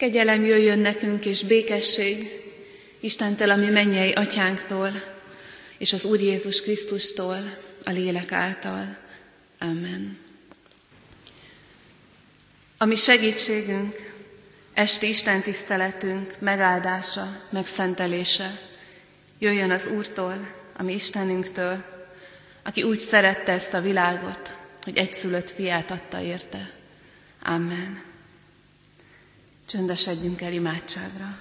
Kegyelem jöjjön nekünk és békesség Istentől, ami mennyei atyánktól, és az Úr Jézus Krisztustól, a lélek által. Amen. A mi segítségünk, esti istentiszteletünk megáldása, megszentelése jöjjön az Úrtól, a mi Istenünktől, aki úgy szerette ezt a világot, hogy egyszülött fiát adta érte. Amen. Csöndesedjünk el imádságra.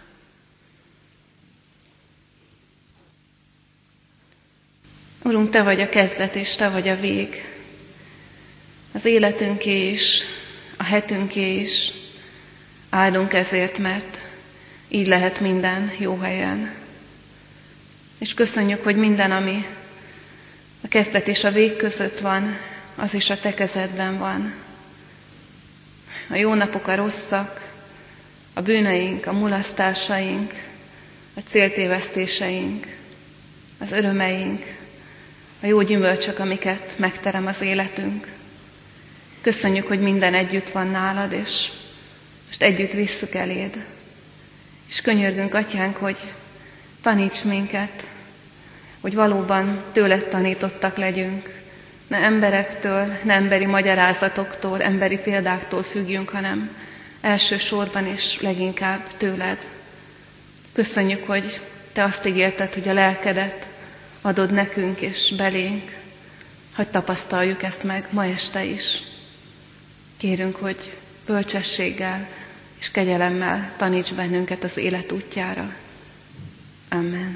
Urunk, Te vagy a kezdet, és Te vagy a vég. Az életünké is, a hetünké is. Áldunk ezért, mert így lehet minden jó helyen. És köszönjük, hogy minden, ami a kezdet és a vég között van, az is a Te kezedben van. A jó napok, a rosszak, a bűneink, a mulasztásaink, a céltévesztéseink, az örömeink, a jó gyümölcsök, amiket megterem az életünk. Köszönjük, hogy minden együtt van nálad, és most együtt visszük eléd. És könyörgünk, Atyánk, hogy taníts minket, hogy valóban tőled tanítottak legyünk. Ne emberektől, ne emberi magyarázatoktól, emberi példáktól függjünk, hanem elsősorban és leginkább tőled. Köszönjük, hogy Te azt ígérted, hogy a lelkedet adod nekünk és belénk, hogy tapasztaljuk ezt meg ma este is. Kérünk, hogy bölcsességgel és kegyelemmel taníts bennünket az élet útjára. Amen.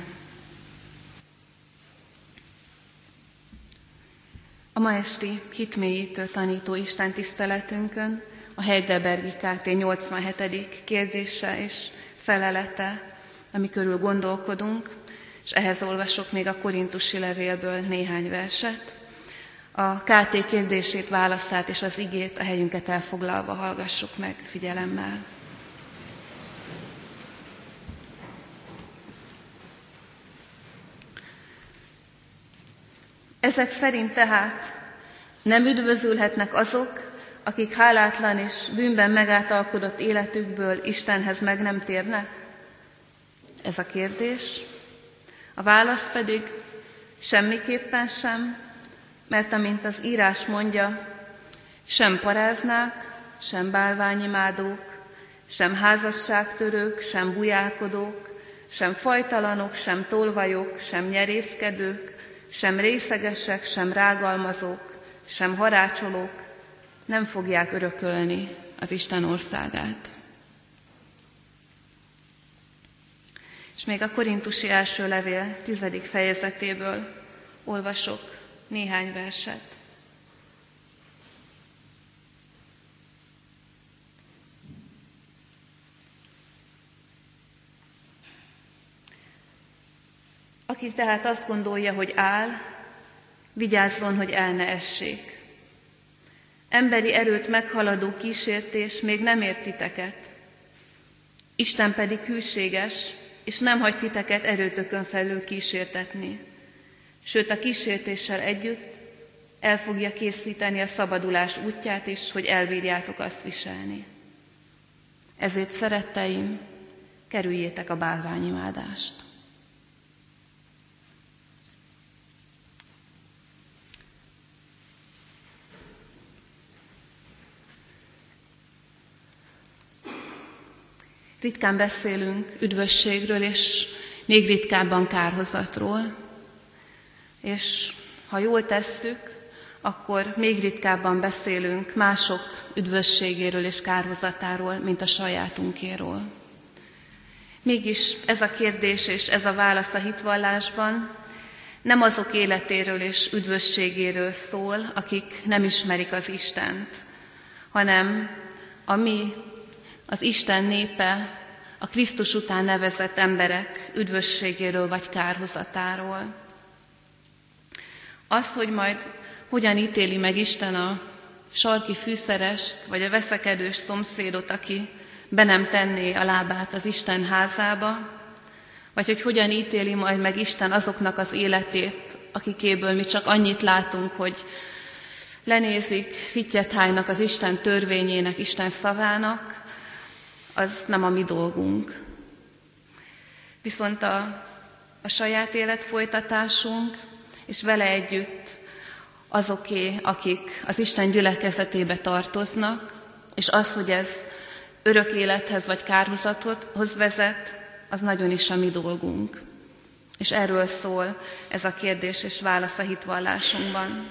A ma esti hitmélyítő tanító istentiszteletünkön a Heidelbergi Kft. 87. kérdése és felelete, ami körül gondolkodunk, és ehhez olvasok még a Korintusi levélből néhány verset. A KT kérdését, válaszát és az igét a helyünket elfoglalva hallgassuk meg figyelemmel. Ezek szerint tehát nem üdvözülhetnek azok, akik hálátlan és bűnben megátalkodott életükből Istenhez meg nem térnek? Ez a kérdés. A válasz pedig semmiképpen sem, mert amint az írás mondja, sem paráznák, sem bálványimádók, sem házasságtörők, sem bujálkodók, sem fajtalanok, sem tolvajok, sem nyerészkedők, sem részegesek, sem rágalmazók, sem harácsolók nem fogják örökölni az Isten országát. És még a Korintusi első levél 10. fejezetéből olvasok néhány verset. Aki tehát azt gondolja, hogy áll, vigyázzon, hogy el ne essék. Emberi erőt meghaladó kísértés még nem ért titeket. Isten pedig hűséges, és nem hagy titeket erőtökön felül kísértetni. Sőt, a kísértéssel együtt el fogja készíteni a szabadulás útját is, hogy elbírjátok azt viselni. Ezért, szeretteim, kerüljétek a bálványimádást. Ritkán beszélünk üdvösségről, és még ritkábban kárhozatról. És ha jól tesszük, akkor még ritkábban beszélünk mások üdvösségéről és kárhozatáról, mint a sajátunkéról. Mégis ez a kérdés és ez a válasz a hitvallásban nem azok életéről és üdvösségéről szól, akik nem ismerik az Istent, hanem a mi, az Isten népe, a Krisztus után nevezett emberek üdvösségéről vagy kárhozatáról. Az, hogy majd hogyan ítéli meg Isten a sarki fűszerest, vagy a veszekedős szomszédot, aki be nem tenné a lábát az Isten házába, vagy hogy hogyan ítéli majd meg Isten azoknak az életét, akikéből mi csak annyit látunk, hogy lenézik, fittyet hájnak az Isten törvényének, Isten szavának, az nem a mi dolgunk. Viszont a saját életfolytatásunk, és vele együtt azoké, akik az Isten gyülekezetébe tartoznak, és az, hogy ez örök élethez vagy kárhozathoz vezet, az nagyon is a mi dolgunk. És erről szól ez a kérdés és válasz a hitvallásunkban.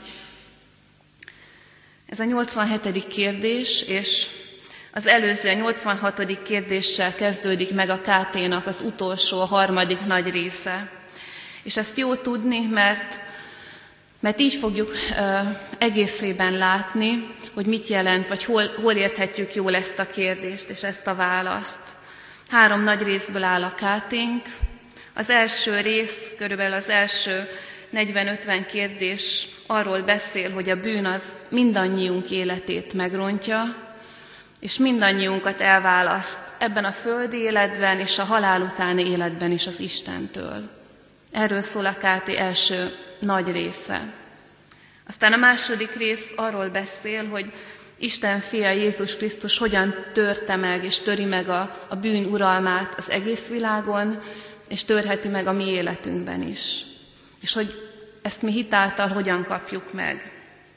Ez a 87. kérdés, és az előző, a 86. kérdéssel kezdődik meg a KT-nak az utolsó, a harmadik nagy része. És ezt jó tudni, mert így fogjuk egészében látni, hogy mit jelent, vagy hol érthetjük jól ezt a kérdést és ezt a választ. 3 nagy részből áll a KT-nk. Az első rész, körülbelül az első 40-50 kérdés arról beszél, hogy a bűn az mindannyiunk életét megrontja, és mindannyiunkat elválaszt ebben a földi életben és a halál utáni életben is az Istentől. Erről szól a KT első nagy része. Aztán a második rész arról beszél, hogy Isten fia Jézus Krisztus hogyan törte meg és töri meg a bűn uralmát az egész világon, és törheti meg a mi életünkben is. És hogy ezt mi hitáltal hogyan kapjuk meg.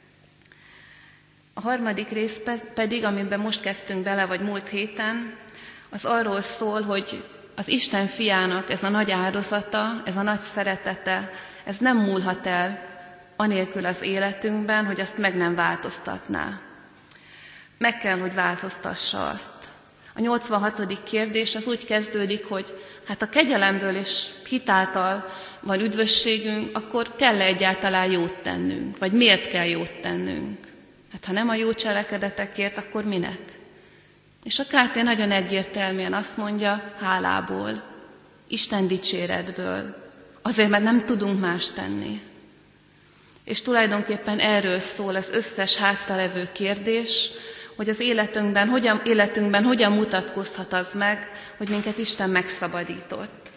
A harmadik rész pedig, amiben most kezdtünk bele, vagy múlt héten, az arról szól, hogy az Isten fiának ez a nagy áldozata, ez a nagy szeretete, ez nem múlhat el anélkül az életünkben, hogy azt meg nem változtatná. Meg kell, hogy változtassa azt. A 86. kérdés az úgy kezdődik, hogy hát a kegyelemből és hitáltal van üdvösségünk, akkor kell egyáltalán jót tennünk? Vagy miért kell jót tennünk? Hát ha nem a jó cselekedetekért, akkor minek? És a KT nagyon egyértelműen azt mondja, hálából, Isten dicséretből, azért, mert nem tudunk más tenni. És tulajdonképpen erről szól az összes hátralevő kérdés, hogy az életünkben hogyan mutatkozhat az meg, hogy minket Isten megszabadított.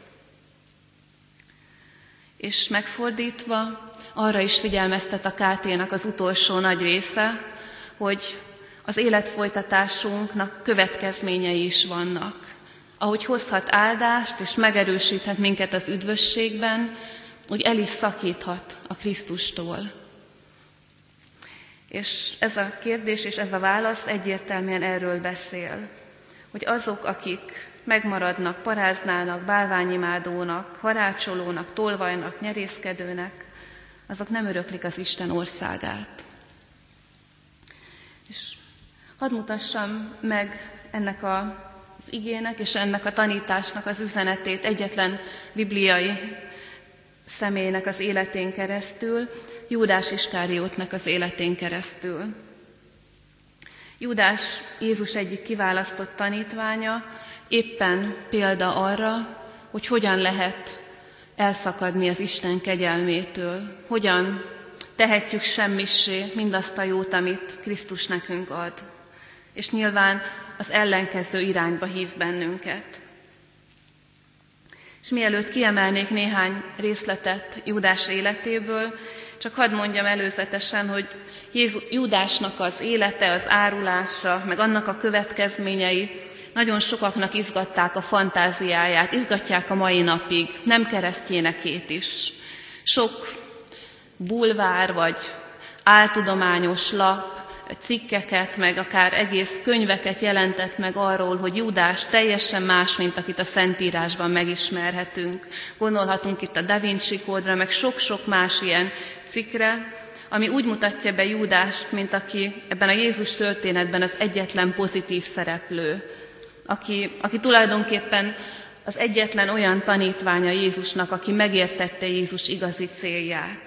És megfordítva, arra is figyelmeztet a KT-nak az utolsó nagy része, hogy az életfolytatásunknak következményei is vannak. Ahogy hozhat áldást és megerősíthet minket az üdvösségben, úgy el is szakíthat a Krisztustól. És ez a kérdés és ez a válasz egyértelműen erről beszél, hogy azok, akik megmaradnak, paráználnak, bálványimádónak, harácsolónak, tolvajnak, nyerészkedőnek, azok nem öröklik az Isten országát. És hadd mutassam meg ennek az igének és ennek a tanításnak az üzenetét egyetlen bibliai személynek az életén keresztül, Júdás Iskáriótnak az életén keresztül. Júdás Jézus egyik kiválasztott tanítványa, éppen példa arra, hogy hogyan lehet elszakadni az Isten kegyelmétől, hogyan tehetjük semmissé mindazt a jót, amit Krisztus nekünk ad. És nyilván az ellenkező irányba hív bennünket. És mielőtt kiemelnék néhány részletet Júdás életéből, csak hadd mondjam előzetesen, hogy Júdásnak az élete, az árulása, meg annak a következményei nagyon sokaknak izgatták a fantáziáját, izgatják a mai napig, nem keresztjénekét is. Sok bulvár vagy áltudományos lap, cikkeket, meg akár egész könyveket jelentett meg arról, hogy Júdás teljesen más, mint akit a Szentírásban megismerhetünk. Gondolhatunk itt a Da Vinci Kódra, meg sok-sok más ilyen cikkre, ami úgy mutatja be Júdást, mint aki ebben a Jézus történetben az egyetlen pozitív szereplő, aki tulajdonképpen az egyetlen olyan tanítványa Jézusnak, aki megértette Jézus igazi célját.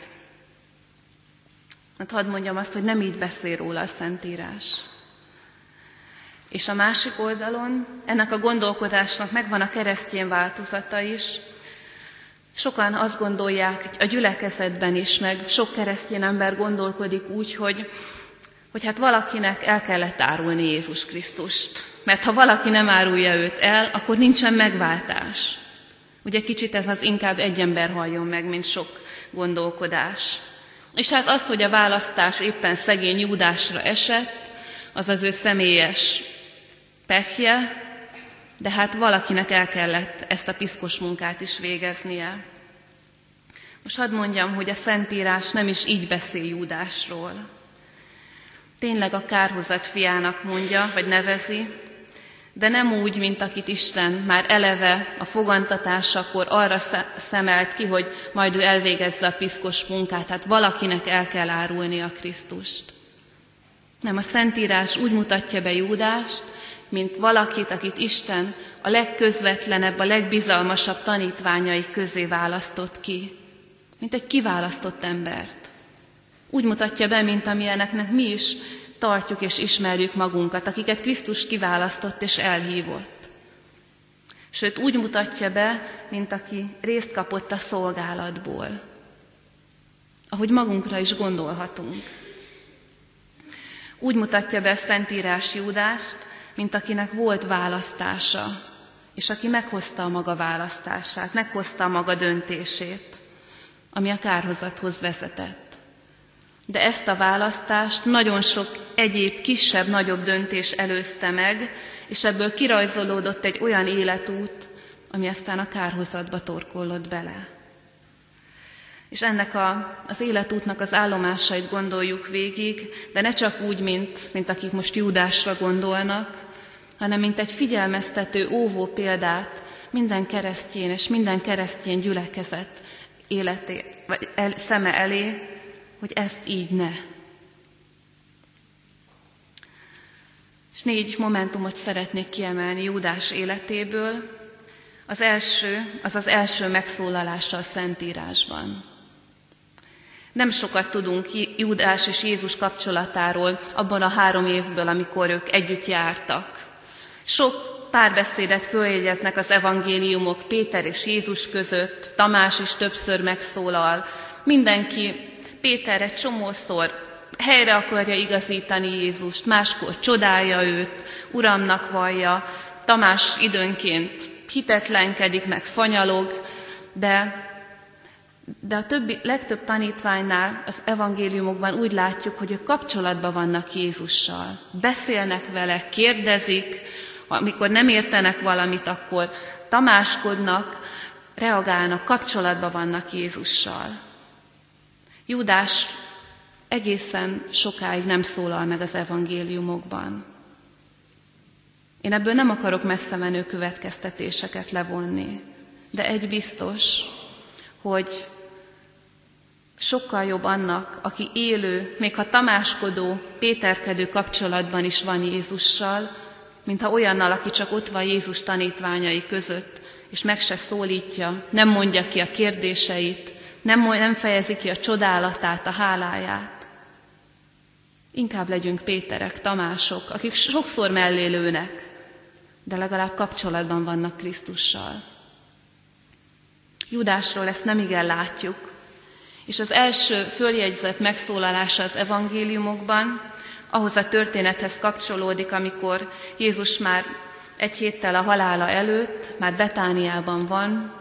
Hát hadd mondjam azt, hogy nem így beszél róla a Szentírás. És a másik oldalon ennek a gondolkodásnak megvan a keresztény változata is. Sokan azt gondolják, a gyülekezetben is, meg sok keresztény ember gondolkodik úgy, hogy hát valakinek el kellett árulni Jézus Krisztust. Mert ha valaki nem árulja őt el, akkor nincsen megváltás. Ugye kicsit ez az inkább egy ember halljon meg, mint sok gondolkodás. És hát az, hogy a választás éppen szegény Júdásra esett, az az ő személyes pehje, de hát valakinek el kellett ezt a piszkos munkát is végeznie. Most hadd mondjam, hogy a Szentírás nem is így beszél Júdásról. Tényleg a kárhozat fiának mondja, vagy nevezi, de nem úgy, mint akit Isten már eleve a fogantatásakor arra szemelt ki, hogy majd ő elvégezze a piszkos munkát, tehát valakinek el kell árulni a Krisztust. Nem, a Szentírás úgy mutatja be Júdást, mint valakit, akit Isten a legközvetlenebb, a legbizalmasabb tanítványai közé választott ki, mint egy kiválasztott embert. Úgy mutatja be, mint amilyeneknek mi is tartjuk és ismerjük magunkat, akiket Krisztus kiválasztott és elhívott. Sőt, úgy mutatja be, mint aki részt kapott a szolgálatból, ahogy magunkra is gondolhatunk. Úgy mutatja be a Szentírás Júdást, mint akinek volt választása, és aki meghozta a maga választását, meghozta a maga döntését, ami a kárhozathoz vezetett. De ezt a választást nagyon sok egyéb kisebb, nagyobb döntés előzte meg, és ebből kirajzolódott egy olyan életút, ami aztán a kárhozatba torkollott bele. És ennek az életútnak az állomásait gondoljuk végig, de ne csak úgy, mint akik most Júdásra gondolnak, hanem mint egy figyelmeztető, óvó példát minden keresztény és minden keresztény gyülekezet szeme elé, hogy ezt így ne. És 4 momentumot szeretnék kiemelni Júdás életéből. Az első megszólalása a Szentírásban. Nem sokat tudunk Júdás és Jézus kapcsolatáról abban a 3 évből, amikor ők együtt jártak. Sok párbeszédet följegyeznek az evangéliumok Péter és Jézus között, Tamás is többször megszólal, mindenki, Péter egy csomószor helyre akarja igazítani Jézust, máskor csodálja őt, Uramnak vallja, Tamás időnként hitetlenkedik, meg fanyalog, de a legtöbb tanítványnál az evangéliumokban úgy látjuk, hogy ők kapcsolatban vannak Jézussal. Beszélnek vele, kérdezik, amikor nem értenek valamit, akkor tamáskodnak, reagálnak, kapcsolatban vannak Jézussal. Júdás egészen sokáig nem szólal meg az evangéliumokban. Én ebből nem akarok messze menő következtetéseket levonni, de egy biztos, hogy sokkal jobb annak, aki élő, még ha tamáskodó, péterkedő kapcsolatban is van Jézussal, mint ha olyannal, aki csak ott van Jézus tanítványai között, és meg se szólítja, nem mondja ki a kérdéseit, nem fejezi ki a csodálatát, a háláját. Inkább legyünk Péterek, Tamások, akik sokszor mellé lőnek, de legalább kapcsolatban vannak Krisztussal. Júdásról ezt nemigen látjuk, és az első följegyzett megszólalása az evangéliumokban ahhoz a történethez kapcsolódik, amikor Jézus már 1 héttel a halála előtt, már Betániában van,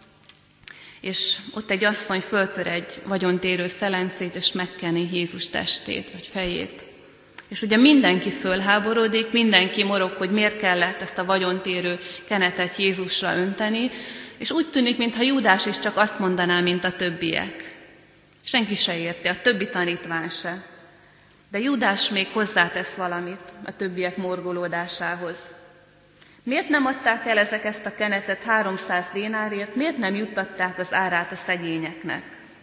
és ott egy asszony föltör egy vagyontérő szelencét, és megkeni Jézus testét, vagy fejét. És ugye mindenki fölháborodik, mindenki morog, hogy miért kellett ezt a vagyontérő kenetet Jézusra önteni, és úgy tűnik, mintha Júdás is csak azt mondaná, mint a többiek. Senki se érti, a többi tanítvány se. De Júdás még hozzátesz valamit a többiek morgolódásához. Miért nem adták el ezt a kenetet 300 dénárért, miért nem juttatták az árát a szegényeknek?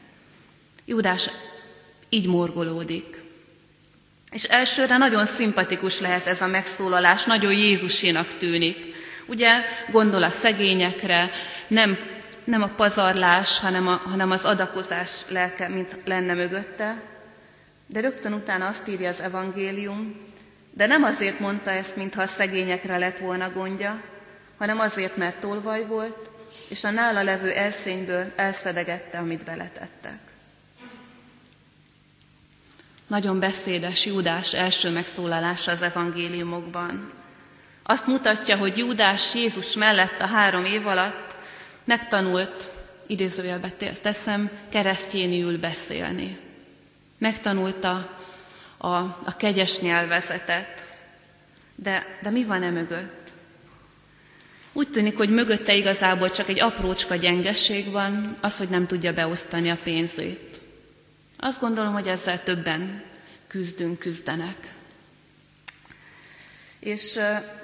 Júdás így morgolódik. És elsőre nagyon szimpatikus lehet ez a megszólalás, nagyon Jézusénak tűnik. Ugye gondol a szegényekre, nem a pazarlás, hanem az adakozás lelke, mint lenne mögötte. De rögtön utána azt írja az evangélium, de nem azért mondta ezt, mintha a szegényekre lett volna gondja, hanem azért, mert tolvaj volt, és a nála levő elszényből elszedegette, amit beletettek. Nagyon beszédes Júdás első megszólalása az evangéliumokban. Azt mutatja, hogy Júdás Jézus mellett a 3 év alatt megtanult, idézőjelbe teszem, keresztjéniül beszélni. Megtanulta a kegyes nyelvezetet. De mi van mögött? Úgy tűnik, hogy mögötte igazából csak egy aprócska gyengeség van, az, hogy nem tudja beosztani a pénzét. Azt gondolom, hogy ezzel többen küzdenek. És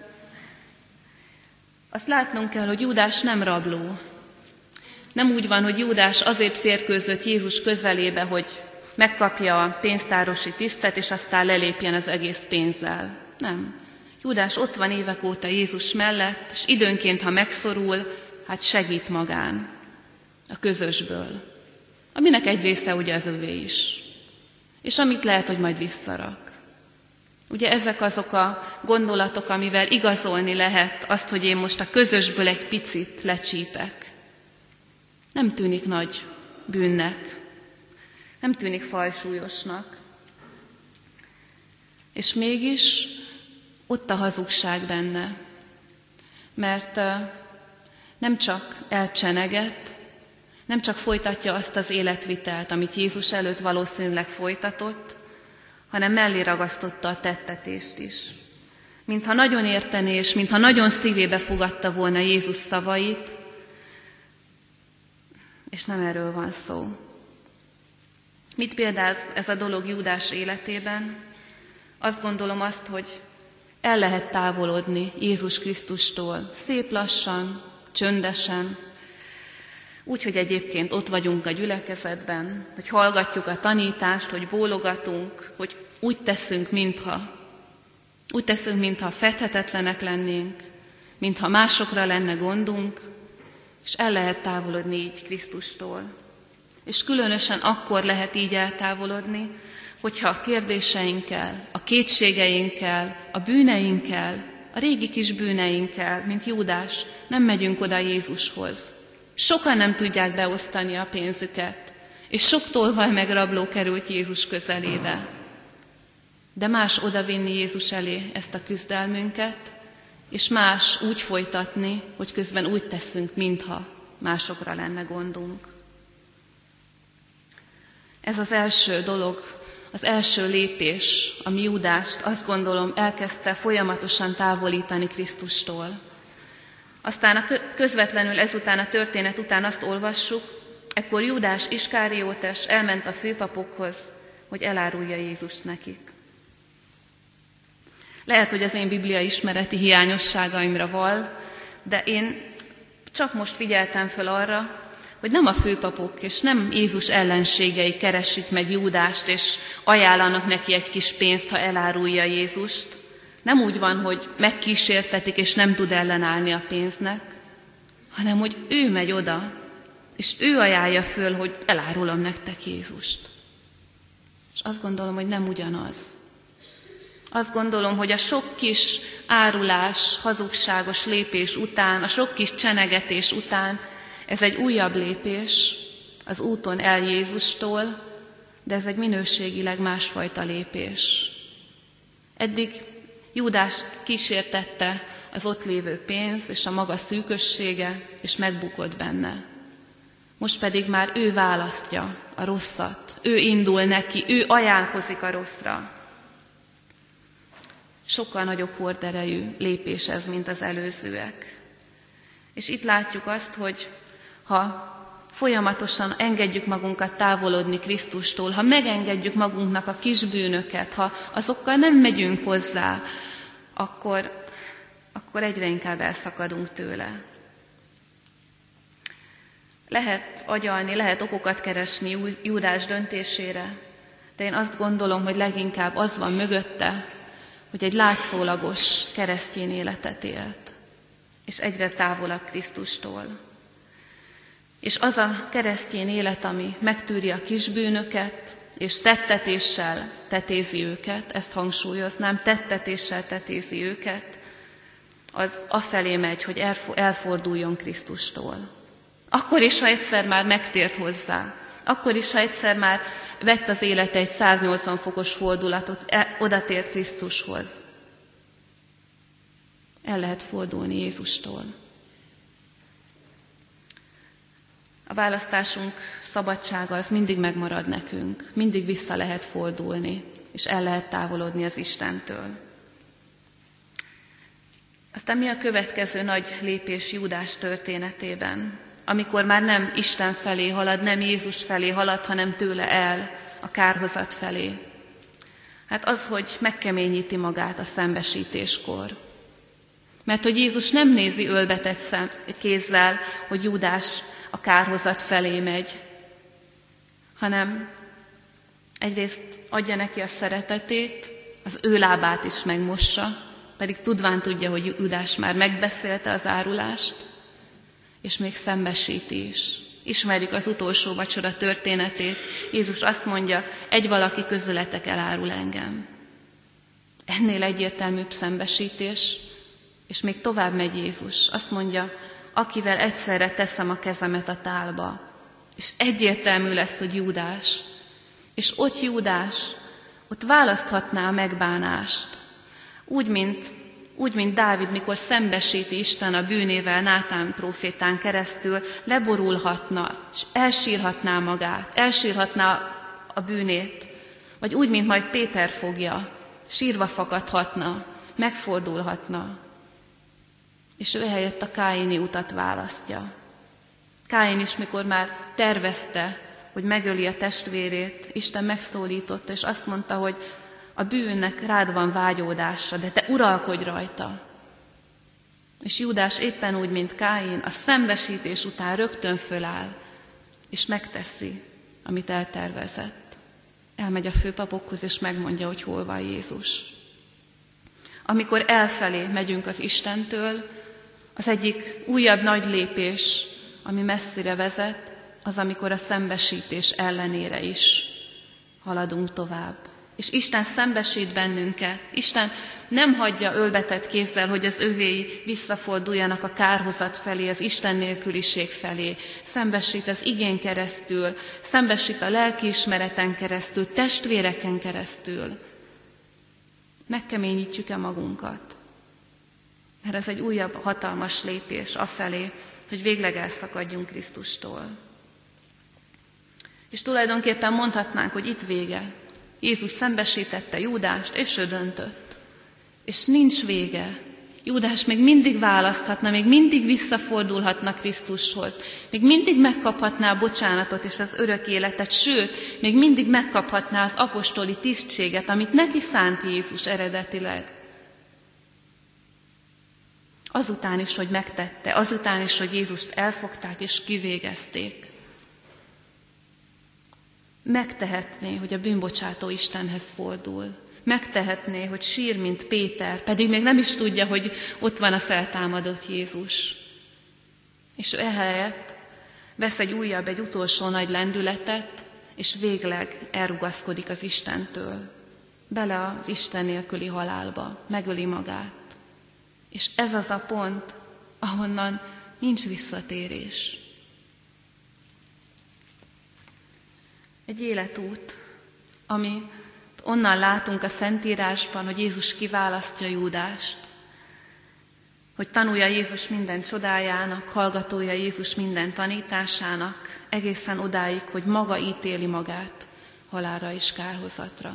azt látnunk kell, hogy Júdás nem rabló. Nem úgy van, hogy Júdás azért férkőzött Jézus közelébe, hogy megkapja a pénztárosi tisztet, és aztán lelépjen az egész pénzzel. Nem. Júdás ott van évek óta Jézus mellett, és időnként, ha megszorul, hát segít magán, a közösből, aminek egy része ugye az övé is, és amit lehet, hogy majd visszarak. Ugye ezek azok a gondolatok, amivel igazolni lehet azt, hogy én most a közösből egy picit lecsípek. Nem tűnik nagy bűnnek, nem tűnik fajsúlyosnak. És mégis ott a hazugság benne, mert nem csak elcseneget, nem csak folytatja azt az életvitelt, amit Jézus előtt valószínűleg folytatott, hanem mellé ragasztotta a tettetést is. Mintha nagyon értené, és mintha nagyon szívébe fogadta volna Jézus szavait, és nem erről van szó. Mit példáz ez a dolog Júdás életében? Azt gondolom azt, hogy el lehet távolodni Jézus Krisztustól szép lassan, csöndesen, úgy, hogy egyébként ott vagyunk a gyülekezetben, hogy hallgatjuk a tanítást, hogy bólogatunk, hogy úgy teszünk, mintha fedhetetlenek lennénk, mintha másokra lenne gondunk, és el lehet távolodni így Krisztustól. És különösen akkor lehet így eltávolodni, hogyha a kérdéseinkkel, a kétségeinkkel, a bűneinkkel, a régi kis bűneinkkel, mint Júdás, nem megyünk oda Jézushoz. Sokan nem tudják beosztani a pénzüket, és sok tolvaj meg rabló került Jézus közelébe. De más odavinni Jézus elé ezt a küzdelmünket, és más úgy folytatni, hogy közben úgy teszünk, mintha másokra lenne gondunk. Ez az első dolog, az első lépés, ami Júdást, azt gondolom, elkezdte folyamatosan távolítani Krisztustól. Aztán közvetlenül ezután a történet után azt olvassuk, ekkor Júdás Iskáriótes elment a főpapokhoz, hogy elárulja Jézust nekik. Lehet, hogy az én biblia ismereti hiányosságaimra val, de én csak most figyeltem fel arra, hogy nem a főpapok és nem Jézus ellenségei keresik meg Júdást, és ajánlanak neki egy kis pénzt, ha elárulja Jézust. Nem úgy van, hogy megkísértetik, és nem tud ellenállni a pénznek, hanem hogy ő megy oda, és ő ajánlja föl, hogy elárulom nektek Jézust. És azt gondolom, hogy nem ugyanaz. Azt gondolom, hogy a sok kis árulás, hazugságos lépés után, a sok kis csenegetés után ez egy újabb lépés az úton el Jézustól, de ez egy minőségileg másfajta lépés. Eddig Júdás kísértette az ott lévő pénz és a maga szűkössége, és megbukott benne. Most pedig már ő választja a rosszat, ő indul neki, ő ajánlkozik a rosszra. Sokkal nagyobb horderejű lépés ez, mint az előzőek. És itt látjuk azt, hogy ha folyamatosan engedjük magunkat távolodni Krisztustól, ha megengedjük magunknak a kis bűnöket, ha azokkal nem megyünk hozzá, akkor egyre inkább elszakadunk tőle. Lehet agyalni, lehet okokat keresni Júdás döntésére, de én azt gondolom, hogy leginkább az van mögötte, hogy egy látszólagos keresztény életet élt, és egyre távolabb Krisztustól. És az a keresztény élet, ami megtűri a kisbűnöket, és tettetéssel tetézi őket, ezt hangsúlyoznám, tettetéssel tetézi őket, az afelé megy, hogy elforduljon Krisztustól. Akkor is, ha egyszer már megtért hozzá, akkor is, ha egyszer már vett az élete egy 180 fokos fordulatot, odatért Krisztushoz. El lehet fordulni Jézustól. A választásunk szabadsága az mindig megmarad nekünk, mindig vissza lehet fordulni, és el lehet távolodni az Istentől. Aztán mi a következő nagy lépés Júdás történetében, amikor már nem Isten felé halad, nem Jézus felé halad, hanem tőle el, a kárhozat felé? Hát az, hogy megkeményíti magát a szembesítéskor. Mert hogy Jézus nem nézi ölbetett kézzel, hogy Júdás a kárhozat felé megy, hanem egyrészt adja neki a szeretetét, az ő lábát is megmossa, pedig tudván tudja, hogy Júdás már megbeszélte az árulást, és még szembesíti is. Ismerjük az utolsó vacsora történetét. Jézus azt mondja, egy valaki közületek elárul engem. Ennél egyértelműbb szembesítés, és még tovább megy Jézus. Azt mondja, akivel egyszerre teszem a kezemet a tálba. És egyértelmű lesz, hogy Júdás. És ott Júdás, ott választhatná a megbánást. Úgy, mint Dávid, mikor szembesíti Isten a bűnével Nátán prófétán keresztül, leborulhatna, és elsírhatná magát, elsírhatná a bűnét. Vagy úgy, mint majd Péter fogja, sírva fakadhatna, megfordulhatna. És ő helyett a káini utat választja. Káin is, mikor már tervezte, hogy megöli a testvérét, Isten megszólította, és azt mondta, hogy a bűnnek rád van vágyódása, de te uralkodj rajta. És Júdás éppen úgy, mint Káin, a szembesítés után rögtön föláll, és megteszi, amit eltervezett. Elmegy a főpapokhoz, és megmondja, hogy hol van Jézus. Amikor elfelé megyünk az Istentől, az egyik újabb nagy lépés, ami messzire vezet, az, amikor a szembesítés ellenére is haladunk tovább. És Isten szembesít bennünket. Isten nem hagyja ölbetett kézzel, hogy az övéi visszaforduljanak a kárhozat felé, az Isten nélküliség felé. Szembesít az igén keresztül, szembesít a lelkiismereten keresztül, testvéreken keresztül. Megkeményítjük-e magunkat? Mert ez egy újabb hatalmas lépés afelé, hogy végleg elszakadjunk Krisztustól. És tulajdonképpen mondhatnánk, hogy itt vége. Jézus szembesítette Júdást, és ő döntött. És nincs vége. Júdás még mindig választhatna, még mindig visszafordulhatna Krisztushoz, még mindig megkaphatná a bocsánatot és az örök életet, sőt, még mindig megkaphatná az apostoli tisztséget, amit neki szánt Jézus eredetileg. Azután is, hogy megtette, azután is, hogy Jézust elfogták és kivégezték. Megtehetné, hogy a bűnbocsátó Istenhez fordul. Megtehetné, hogy sír, mint Péter, pedig még nem is tudja, hogy ott van a feltámadott Jézus. És ő ehelyett vesz egy utolsó nagy lendületet, és végleg elrugaszkodik az Istentől. Bele az Isten nélküli halálba, megöli magát. És ez az a pont, ahonnan nincs visszatérés. Egy életút, ami onnan látunk a Szentírásban, hogy Jézus kiválasztja Júdást, hogy tanulja Jézus minden csodájának, hallgatója Jézus minden tanításának, egészen odáig, hogy maga ítéli magát halálra és kárhozatra.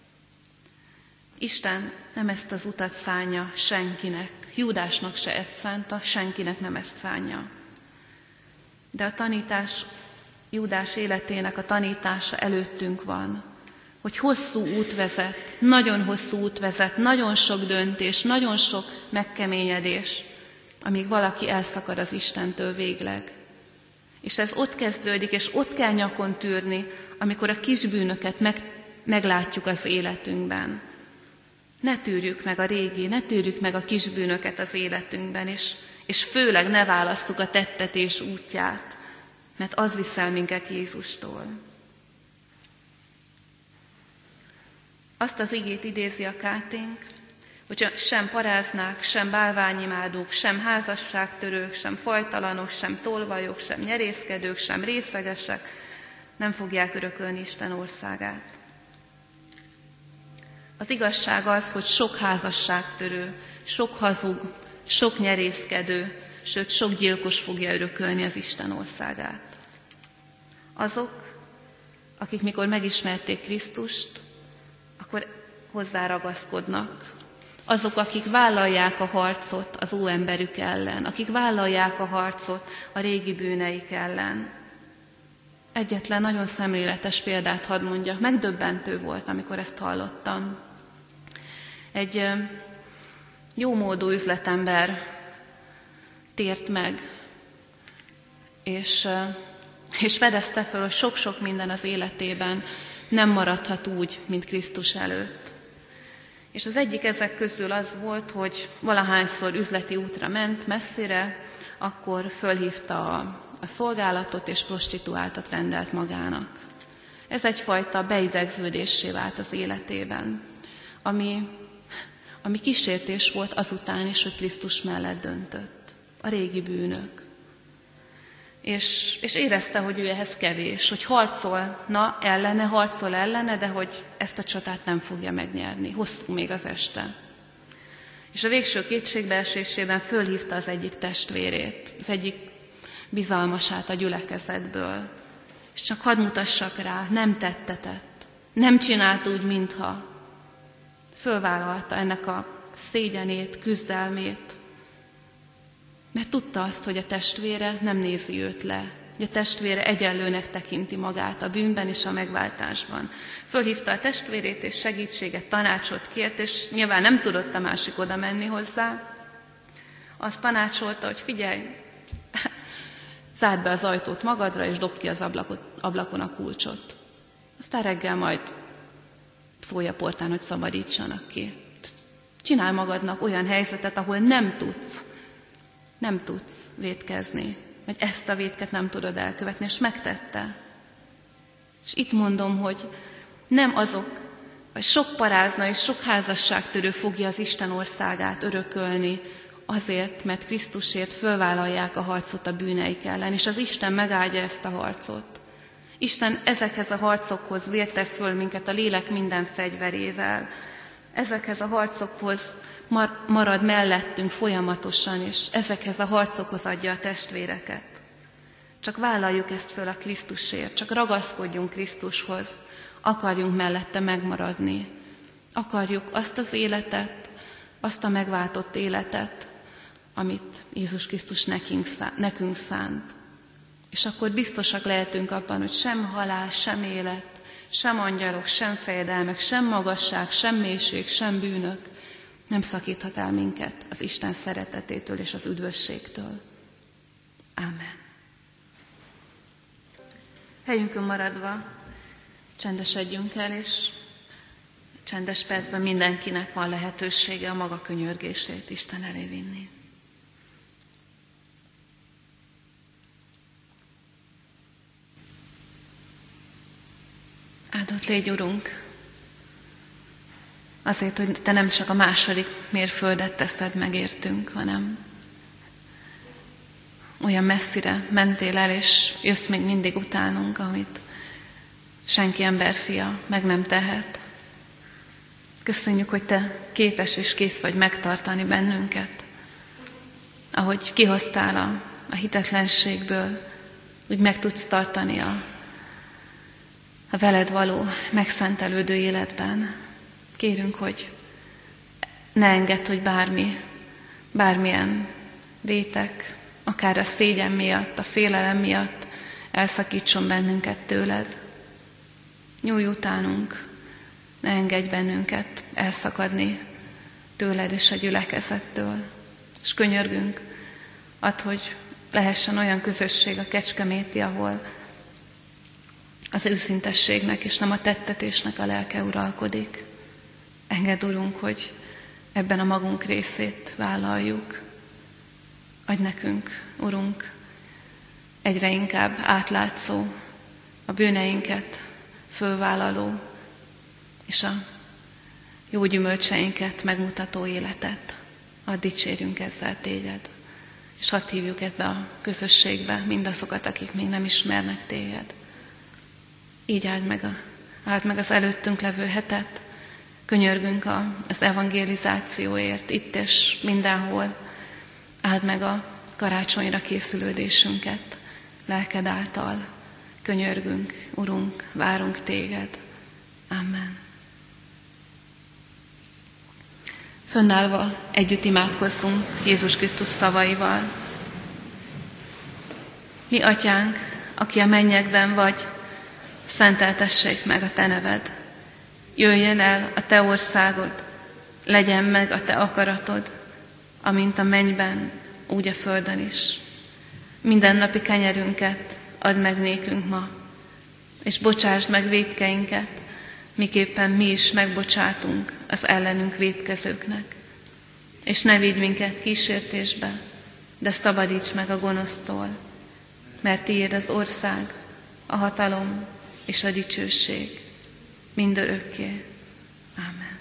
Isten nem ezt az utat szánja senkinek, Júdásnak se ezt szánta, senkinek nem ezt szánja. De a tanítás, Júdás életének a tanítása előttünk van, hogy hosszú út vezet, nagyon hosszú út vezet, nagyon sok döntés, nagyon sok megkeményedés, amíg valaki elszakad az Istentől végleg. És ez ott kezdődik, és ott kell nyakon tűrni, amikor a kisbűnöket meglátjuk az életünkben. Ne tűrjük meg a régi, ne tűrjük meg a kisbűnöket az életünkben, és főleg ne válasszuk a tettetés útját, mert az viszel minket Jézustól. Azt az igét idézi a káténk, hogy sem paráznák, sem bálványimádók, sem házasságtörők, sem fajtalanok, sem tolvajok, sem nyerészkedők, sem részegesek nem fogják örökölni Isten országát. Az igazság az, hogy sok házasságtörő, sok hazug, sok nyerészkedő, sőt sok gyilkos fogja örökölni az Isten országát. Azok, akik mikor megismerték Krisztust, akkor hozzáragaszkodnak. azok, akik vállalják a harcot az óemberük ellen, akik vállalják a harcot a régi bűneik ellen. Egyetlen nagyon szemléletes példát hadd mondjak, megdöbbentő volt, amikor ezt hallottam. Egy jómódú üzletember tért meg, és fedezte fel, hogy sok-sok minden az életében nem maradhat úgy, mint Krisztus előtt. És az egyik ezek közül az volt, hogy valahányszor üzleti útra ment messzire, akkor fölhívta a szolgálatot és prostituáltat rendelt magának. Ez egyfajta beidegződéssé vált az életében, ami kísértés volt azután is, hogy Krisztus mellett döntött. A régi bűnök. És érezte, hogy ő ehhez kevés, hogy harcol ellene, de hogy ezt a csatát nem fogja megnyerni. Hosszú még az este. És a végső kétségbeesésében fölhívta az egyik testvérét, az egyik bizalmasát a gyülekezetből. És csak hadd mutassak rá, nem tettetett, nem csinált úgy, mintha. Fölvállalta ennek a szégyenét, küzdelmét, mert tudta azt, hogy a testvére nem nézi őt le, hogy a testvére egyenlőnek tekinti magát a bűnben és a megváltásban. Fölhívta a testvérét, és segítséget, tanácsot kért, és nyilván nem tudott a másik oda menni hozzá. Azt tanácsolta, hogy figyelj, zárd be az ajtót magadra, és dobd ki az ablakon a kulcsot. Aztán reggel majd szólj a portán, hogy szabadítsanak ki. Csinálj magadnak olyan helyzetet, ahol nem tudsz vétkezni, vagy ezt a vétket nem tudod elkövetni, és megtette. És itt mondom, hogy nem azok, vagy sok parázna és sok házasságtörő fogja az Isten országát örökölni, azért, mert Krisztusért fölvállalják a harcot a bűneik ellen, és az Isten megáldja ezt a harcot. Isten ezekhez a harcokhoz vértesz föl minket a lélek minden fegyverével. Ezekhez a harcokhoz marad mellettünk folyamatosan, és ezekhez a harcokhoz adja a testvéreket. Csak vállaljuk ezt föl a Krisztusért, csak ragaszkodjunk Krisztushoz, akarjunk mellette megmaradni. Akarjuk azt az életet, azt a megváltott életet, amit Jézus Krisztus nekünk szánt. És akkor biztosak lehetünk abban, hogy sem halál, sem élet, sem angyalok, sem fejedelmek, sem magasság, sem mélység, sem bűnök nem szakíthat el minket az Isten szeretetétől és az üdvösségtől. Ámen. Helyünkön maradva csendesedjünk el, és csendes percben mindenkinek van lehetősége a maga könyörgését Isten elé vinni. Áldott légy, Urunk, azért, hogy Te nem csak a második mérföldet teszed meg értünk, hanem olyan messzire mentél el, és jössz még mindig utánunk, amit senki emberfia meg nem tehet. Köszönjük, hogy Te képes és kész vagy megtartani bennünket. Ahogy kihoztál a hitetlenségből, úgy meg tudsz tartani a veled való megszentelődő életben. Kérünk, hogy ne engedd, hogy bármilyen vétek, akár a szégyen miatt, a félelem miatt elszakítson bennünket tőled. Nyújj utánunk, ne engedj bennünket elszakadni tőled és a gyülekezettől. És könyörgünk, add, hogy lehessen olyan közösség a Kecskeméti, ahol az őszintességnek és nem a tettetésnek a lelke uralkodik. Engedd, Urunk, hogy ebben a magunk részét vállaljuk. Adj nekünk, Urunk, egyre inkább átlátszó, a bűneinket fölvállaló, és a jó gyümölcseinket megmutató életet. Add, dicsérjünk ezzel Téged, és hadd hívjuk ebbe a közösségbe mindazokat, akik még nem ismernek Téged. Így áld meg az előttünk levő hetet, könyörgünk az evangelizációért, itt és mindenhol. Áld meg a karácsonyra készülődésünket, lelked által. Könyörgünk, Urunk, várunk Téged. Amen. Fönnállva együtt imádkozzunk Jézus Krisztus szavaival. Mi atyánk, aki a mennyekben vagy, szenteltessék meg a te neved. Jöjjön el a te országod, legyen meg a te akaratod, amint a mennyben, úgy a földön is. Mindennapi kenyerünket add meg nékünk ma, és bocsásd meg vétkeinket, miképpen mi is megbocsátunk az ellenünk vétkezőknek. És ne vigy minket kísértésbe, de szabadíts meg a gonosztól, mert tiéd az ország, a hatalom és a dicsőség mindörökké. Ámen.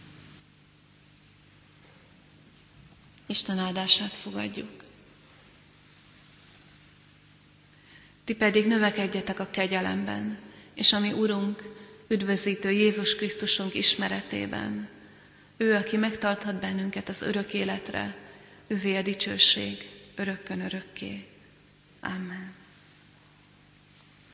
Isten áldását fogadjuk. Ti pedig növekedjetek a kegyelemben, és a mi Urunk, üdvözítő Jézus Krisztusunk ismeretében. Ő, aki megtarthat bennünket az örök életre, ővé a dicsőség örökkön örökké. Amen.